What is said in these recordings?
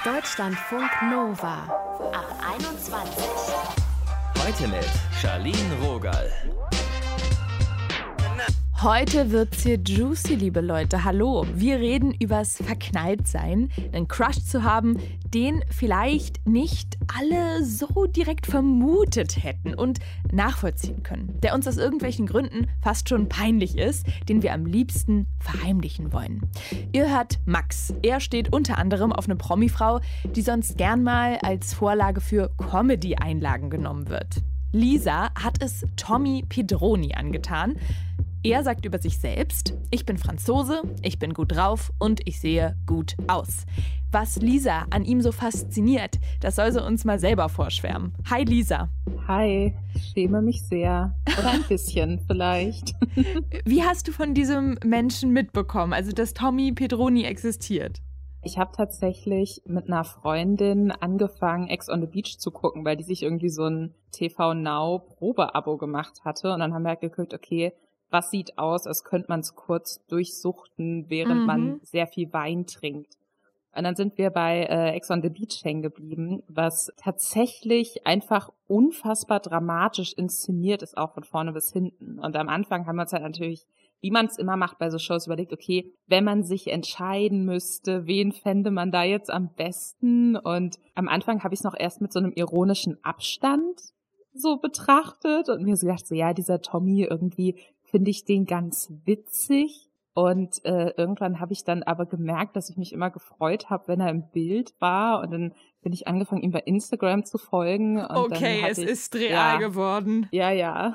Deutschlandfunk Nova ab 21. Heute mit Charlene Rogal. Heute wird's hier juicy, liebe Leute. Hallo, wir reden übers Verknalltsein, einen Crush zu haben, den vielleicht nicht alle so direkt vermutet hätten und nachvollziehen können, der uns aus irgendwelchen Gründen fast schon peinlich ist, den wir am liebsten verheimlichen wollen. Ihr hört Max. Er steht unter anderem auf eine Promifrau, die sonst gern mal als Vorlage für Comedy-Einlagen genommen wird. Lisa hat es Tommy Pedroni angetan. Er sagt über sich selbst: Ich bin Franzose, ich bin gut drauf und ich sehe gut aus. Was Lisa an ihm so fasziniert, das soll sie uns mal selber vorschwärmen. Hi Lisa. Hi, ich schäme mich sehr. Oder ein bisschen vielleicht. Wie hast du von diesem Menschen mitbekommen, also dass Tommy Pedroni existiert? Ich habe tatsächlich mit einer Freundin angefangen, Ex on the Beach zu gucken, weil die sich irgendwie so ein TV Now Probeabo gemacht hatte. Und dann haben wir halt geguckt, okay, was sieht aus, als könnte man es kurz durchsuchten, während man sehr viel Wein trinkt. Und dann sind wir bei Ex on the Beach hängen geblieben, was tatsächlich einfach unfassbar dramatisch inszeniert ist, auch von vorne bis hinten. Und am Anfang haben wir uns halt natürlich, wie man es immer macht bei so Shows, überlegt, okay, wenn man sich entscheiden müsste, wen fände man da jetzt am besten? Und am Anfang habe ich es noch erst mit so einem ironischen Abstand so betrachtet und mir so gedacht, so ja, dieser Tommy, irgendwie finde ich den ganz witzig. Und irgendwann habe ich dann aber gemerkt, dass ich mich immer gefreut habe, wenn er im Bild war. Und dann bin ich angefangen, ihm bei Instagram zu folgen. Und okay, es ist real geworden. Ja.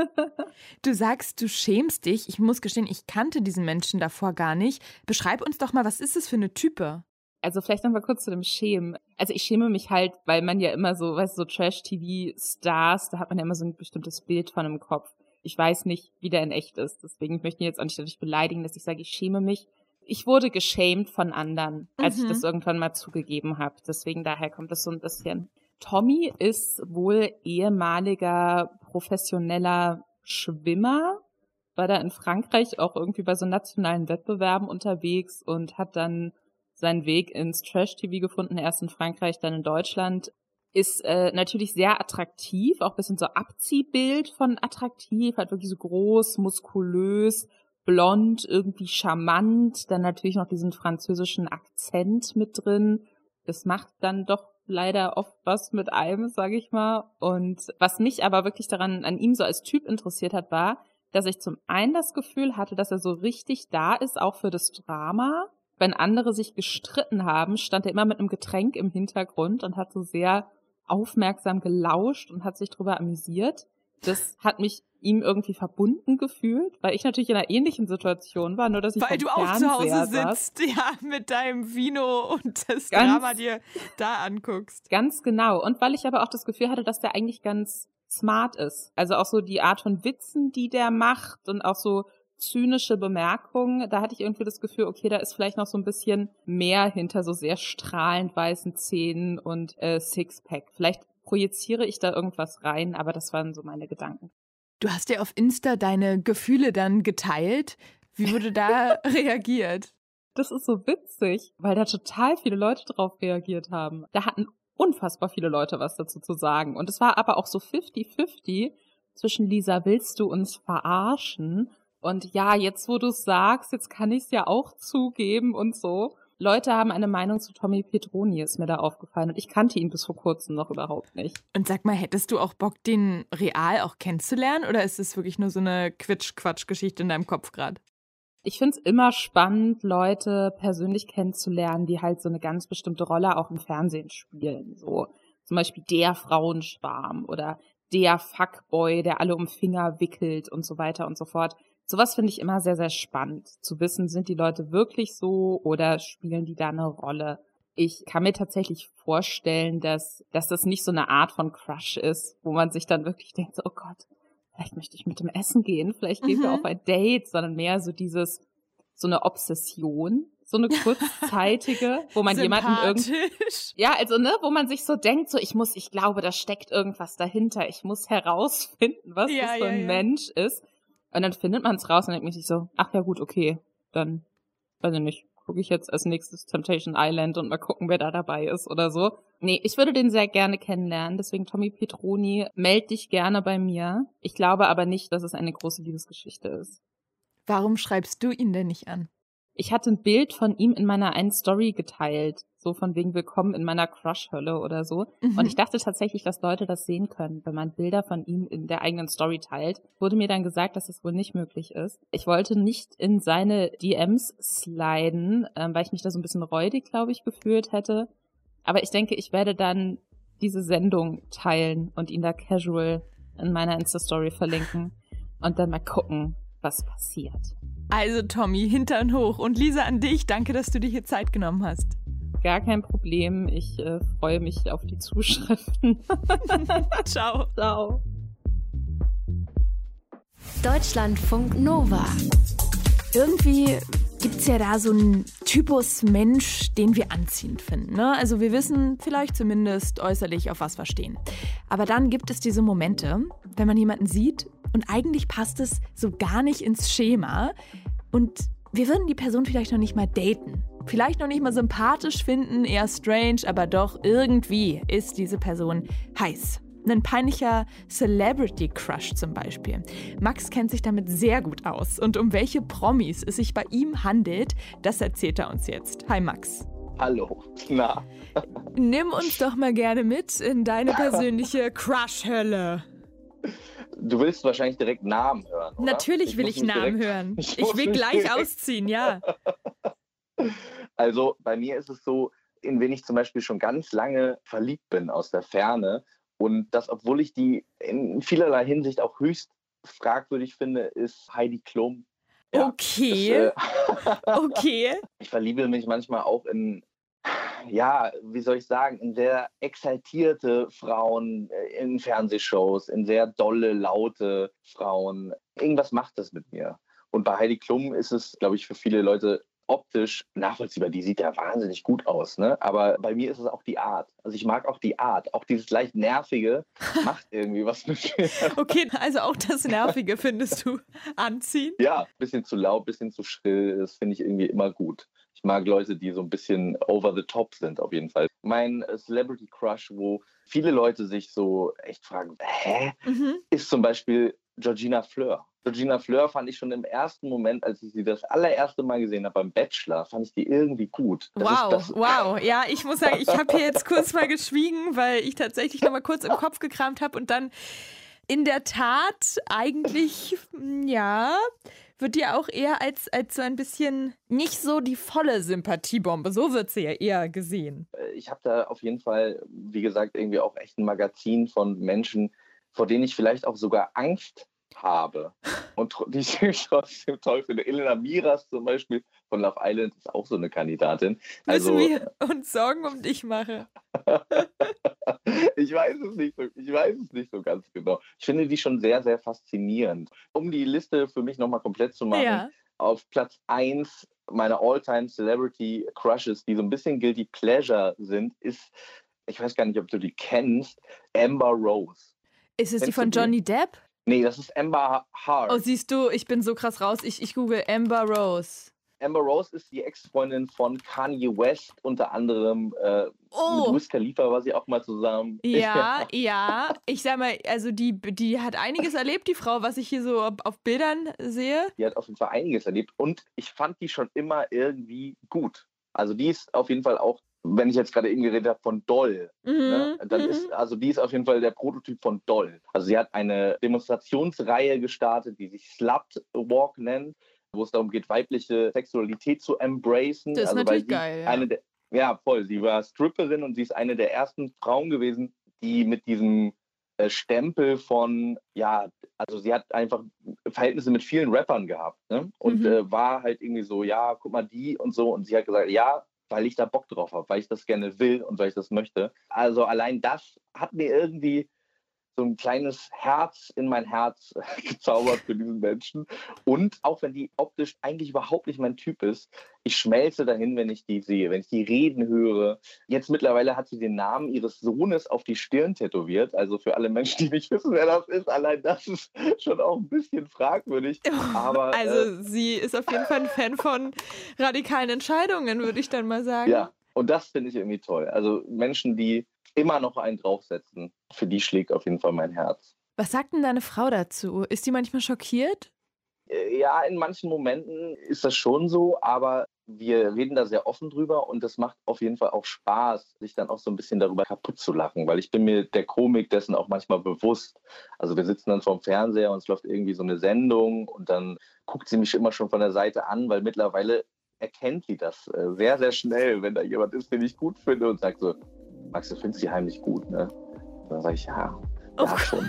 Du sagst, du schämst dich. Ich muss gestehen, ich kannte diesen Menschen davor gar nicht. Beschreib uns doch mal, was ist es für eine Type? Also vielleicht noch mal kurz zu dem Schämen. Also ich schäme mich halt, weil man ja immer so, weißt du, so Trash-TV-Stars, da hat man ja immer so ein bestimmtes Bild von im Kopf. Ich weiß nicht, wie der in echt ist. Deswegen möchte ich ihn jetzt auch nicht dadurch beleidigen, dass ich sage, ich schäme mich. Ich wurde geschämt von anderen, als ich das irgendwann mal zugegeben habe. Deswegen daher kommt das so ein bisschen. Tommy ist wohl ehemaliger professioneller Schwimmer, war da in Frankreich auch irgendwie bei so nationalen Wettbewerben unterwegs und hat dann seinen Weg ins Trash-TV gefunden, erst in Frankreich, dann in Deutschland. Ist natürlich sehr attraktiv, auch ein bisschen so Abziehbild von attraktiv, halt wirklich so groß, muskulös, blond, irgendwie charmant, dann natürlich noch diesen französischen Akzent mit drin. Das macht dann doch leider oft was mit einem, sage ich mal. Und was mich aber wirklich daran an ihm so als Typ interessiert hat, war, dass ich zum einen das Gefühl hatte, dass er so richtig da ist, auch für das Drama. Wenn andere sich gestritten haben, stand er immer mit einem Getränk im Hintergrund und hat so sehr aufmerksam gelauscht und hat sich drüber amüsiert. Das hat mich ihm irgendwie verbunden gefühlt, weil ich natürlich in einer ähnlichen Situation war, nur dass ich weil du auch zu Hause sitzt, ja, mit deinem Vino und das Drama dir da anguckst. Ganz genau. Und weil ich aber auch das Gefühl hatte, dass der eigentlich ganz smart ist. Also auch so die Art von Witzen, die der macht und auch so zynische Bemerkungen, da hatte ich irgendwie das Gefühl, okay, da ist vielleicht noch so ein bisschen mehr hinter so sehr strahlend weißen Zähnen und Sixpack. Vielleicht projiziere ich da irgendwas rein, aber das waren so meine Gedanken. Du hast ja auf Insta deine Gefühle dann geteilt. Wie wurde da reagiert? Das ist so witzig, weil da total viele Leute drauf reagiert haben. Da hatten unfassbar viele Leute was dazu zu sagen. Und es war aber auch so 50-50 zwischen Lisa, willst du uns verarschen? Und ja, jetzt wo du es sagst, jetzt kann ich es ja auch zugeben und so. Leute haben eine Meinung zu Tommy Pedroni, ist mir da aufgefallen. Und ich kannte ihn bis vor kurzem noch überhaupt nicht. Und sag mal, hättest du auch Bock, den real auch kennenzulernen? Oder ist es wirklich nur so eine Quatsch-Geschichte in deinem Kopf gerade? Ich find's immer spannend, Leute persönlich kennenzulernen, die halt so eine ganz bestimmte Rolle auch im Fernsehen spielen. So zum Beispiel der Frauenschwarm oder der Fuckboy, der alle um Finger wickelt und so weiter und so fort. Sowas finde ich immer sehr, sehr spannend, zu wissen, sind die Leute wirklich so oder spielen die da eine Rolle? Ich kann mir tatsächlich vorstellen, dass das nicht so eine Art von Crush ist, wo man sich dann wirklich denkt, so, oh Gott, vielleicht möchte ich mit dem essen gehen, vielleicht gehen wir auf ein Date, sondern mehr so so eine Obsession, so eine kurzzeitige, wo man jemanden wo man sich so denkt, so ich glaube, da steckt irgendwas dahinter, ich muss herausfinden, was das für ein Mensch ist. Und dann findet man es raus und denkt man sich so, ach ja gut, okay, dann, weiß ich nicht, gucke ich jetzt als nächstes Temptation Island und mal gucken, wer da dabei ist oder so. Nee, ich würde den sehr gerne kennenlernen, deswegen Tommy Petroni, meld dich gerne bei mir. Ich glaube aber nicht, dass es eine große Liebesgeschichte ist. Warum schreibst du ihn denn nicht an? Ich hatte ein Bild von ihm in meiner einen Story geteilt, so von wegen Willkommen in meiner Crush-Hölle oder so. Und ich dachte tatsächlich, dass Leute das sehen können, wenn man Bilder von ihm in der eigenen Story teilt. Wurde mir dann gesagt, dass das wohl nicht möglich ist. Ich wollte nicht in seine DMs sliden, weil ich mich da so ein bisschen räudig, glaube ich, gefühlt hätte. Aber ich denke, ich werde dann diese Sendung teilen und ihn da casual in meiner Insta-Story verlinken und dann mal gucken, was passiert. Also Tommy, Hintern hoch. Und Lisa, an dich, danke, dass du dir hier Zeit genommen hast. Gar kein Problem. Ich freue mich auf die Zuschriften. Ciao. Ciao. Deutschlandfunk Nova. Irgendwie gibt's ja da so einen Typus Mensch, den wir anziehend finden, ne? Also wir wissen vielleicht zumindest äußerlich, auf was wir stehen. Aber dann gibt es diese Momente, wenn man jemanden sieht und eigentlich passt es so gar nicht ins Schema und wir würden die Person vielleicht noch nicht mal daten. Vielleicht noch nicht mal sympathisch finden, eher strange, aber doch irgendwie ist diese Person heiß. Ein peinlicher Celebrity-Crush zum Beispiel. Max kennt sich damit sehr gut aus. Und um welche Promis es sich bei ihm handelt, das erzählt er uns jetzt. Hi Max. Hallo, na. Nimm uns doch mal gerne mit in deine persönliche Crush-Hölle. Du willst wahrscheinlich direkt Namen hören, oder? Natürlich will ich Namen hören. Ich will gleich ausziehen, ja. Also bei mir ist es so, in wen ich zum Beispiel schon ganz lange verliebt bin aus der Ferne. Und das, obwohl ich die in vielerlei Hinsicht auch höchst fragwürdig finde, ist Heidi Klum. Ja, okay. Okay. Ich verliebe mich manchmal auch in, ja, wie soll ich sagen, in sehr exaltierte Frauen in Fernsehshows, in sehr dolle, laute Frauen. Irgendwas macht das mit mir. Und bei Heidi Klum ist es, glaube ich, für viele Leute optisch nachvollziehbar. Die sieht ja wahnsinnig gut aus, ne? Aber bei mir ist es auch die Art. Also ich mag auch die Art. Auch dieses leicht Nervige macht irgendwie was mit mir. Okay, also auch das Nervige findest du anziehend? Ja, bisschen zu laut, bisschen zu schrill. Das finde ich irgendwie immer gut. Ich mag Leute, die so ein bisschen over the top sind, auf jeden Fall. Mein Celebrity Crush, wo viele Leute sich so echt fragen, ist zum Beispiel Georgina Fleur. Georgina Fleur fand ich schon im ersten Moment, als ich sie das allererste Mal gesehen habe beim Bachelor, fand ich die irgendwie gut. Wow. Ja, ich muss sagen, ich habe hier jetzt kurz mal geschwiegen, weil ich tatsächlich noch mal kurz im Kopf gekramt habe und dann in der Tat eigentlich, ja, wird die auch eher als so ein bisschen nicht so die volle Sympathiebombe. So wird sie ja eher gesehen. Ich habe da auf jeden Fall, wie gesagt, irgendwie auch echt ein Magazin von Menschen, vor denen ich vielleicht auch sogar Angst habe und die ich trotzdem toll finde. Elena Miras zum Beispiel von Love Island ist auch so eine Kandidatin. Müssen wir uns Sorgen um dich machen? Ich weiß es nicht so ganz genau. Ich finde die schon sehr, sehr faszinierend. Um die Liste für mich nochmal komplett zu machen, ja. Auf Platz 1 meiner All-Time Celebrity Crushes, die so ein bisschen Guilty Pleasure sind, ist, ich weiß gar nicht, ob du die kennst, Amber Rose. Ist es die von Johnny Depp? Nee, das ist Amber Heard. Oh, siehst du, ich bin so krass raus. Ich google Amber Rose. Amber Rose ist die Ex-Freundin von Kanye West, unter anderem mit Wiz Khalifa war sie auch mal zusammen. Ja. Ich sag mal, also die hat einiges erlebt, die Frau, was ich hier so auf Bildern sehe. Die hat auf jeden Fall einiges erlebt und ich fand die schon immer irgendwie gut. Also die ist auf jeden Fall auch, wenn ich jetzt gerade eben geredet habe von Doll, ne, dann die ist auf jeden Fall der Prototyp von Doll. Also sie hat eine Demonstrationsreihe gestartet, die sich Slut Walk nennt, wo es darum geht, weibliche Sexualität zu embracen. Das ist natürlich geil, ja. Voll. Sie war Stripperin und sie ist eine der ersten Frauen gewesen, die mit diesem Stempel von, ja, also sie hat einfach Verhältnisse mit vielen Rappern gehabt, ne? Und war halt irgendwie so, ja, guck mal die und so. Und sie hat gesagt, ja, weil ich da Bock drauf habe, weil ich das gerne will und weil ich das möchte. Also allein das hat mir irgendwie so ein kleines Herz in mein Herz gezaubert für diesen Menschen. Und auch wenn die optisch eigentlich überhaupt nicht mein Typ ist, ich schmelze dahin, wenn ich die sehe, wenn ich die reden höre. Jetzt mittlerweile hat sie den Namen ihres Sohnes auf die Stirn tätowiert. Also für alle Menschen, die nicht wissen, wer das ist, allein das ist schon auch ein bisschen fragwürdig. Aber, also sie ist auf jeden Fall ein Fan von radikalen Entscheidungen, würde ich dann mal sagen. Ja, und das finde ich irgendwie toll. Also Menschen, die immer noch einen draufsetzen, für die schlägt auf jeden Fall mein Herz. Was sagt denn deine Frau dazu? Ist die manchmal schockiert? Ja, in manchen Momenten ist das schon so, aber wir reden da sehr offen drüber und das macht auf jeden Fall auch Spaß, sich dann auch so ein bisschen darüber kaputt zu lachen, weil ich bin mir der Komik dessen auch manchmal bewusst. Also wir sitzen dann vorm Fernseher und es läuft irgendwie so eine Sendung und dann guckt sie mich immer schon von der Seite an, weil mittlerweile erkennt sie das sehr, sehr schnell, wenn da jemand ist, den ich gut finde und sagt so, Max, du findest die heimlich gut, ne? Und dann sage ich, ja schon.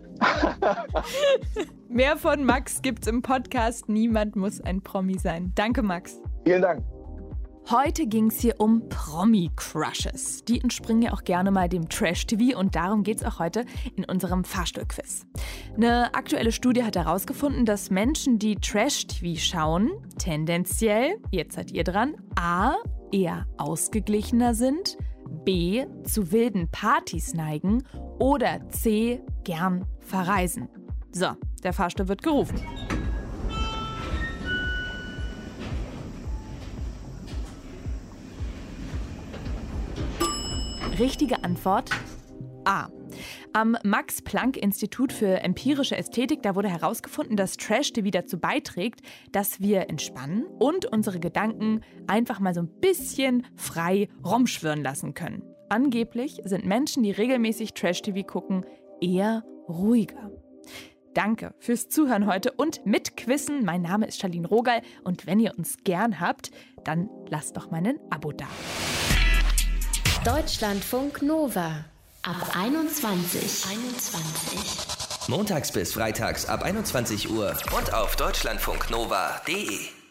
Mehr von Max gibt's im Podcast Niemand muss ein Promi sein. Danke, Max. Vielen Dank. Heute ging es hier um Promi-Crushes. Die entspringen ja auch gerne mal dem Trash-TV und darum geht es auch heute in unserem Fahrstuhl-Quiz. Eine aktuelle Studie hat herausgefunden, dass Menschen, die Trash-TV schauen, tendenziell, jetzt seid ihr dran, a. eher ausgeglichener sind, b. zu wilden Partys neigen oder c. gern verreisen. So, der Fahrstuhl wird gerufen. Richtige Antwort A. Am Max-Planck-Institut für empirische Ästhetik, da wurde herausgefunden, dass Trash-TV dazu beiträgt, dass wir entspannen und unsere Gedanken einfach mal so ein bisschen frei rumschwirren lassen können. Angeblich sind Menschen, die regelmäßig Trash-TV gucken, eher ruhiger. Danke fürs Zuhören heute und mitquissen. Mein Name ist Charlene Rogal und wenn ihr uns gern habt, dann lasst doch mal ein Abo da. Deutschlandfunk Nova. Ab 21. Montags bis freitags ab 21 Uhr und auf deutschlandfunknova.de.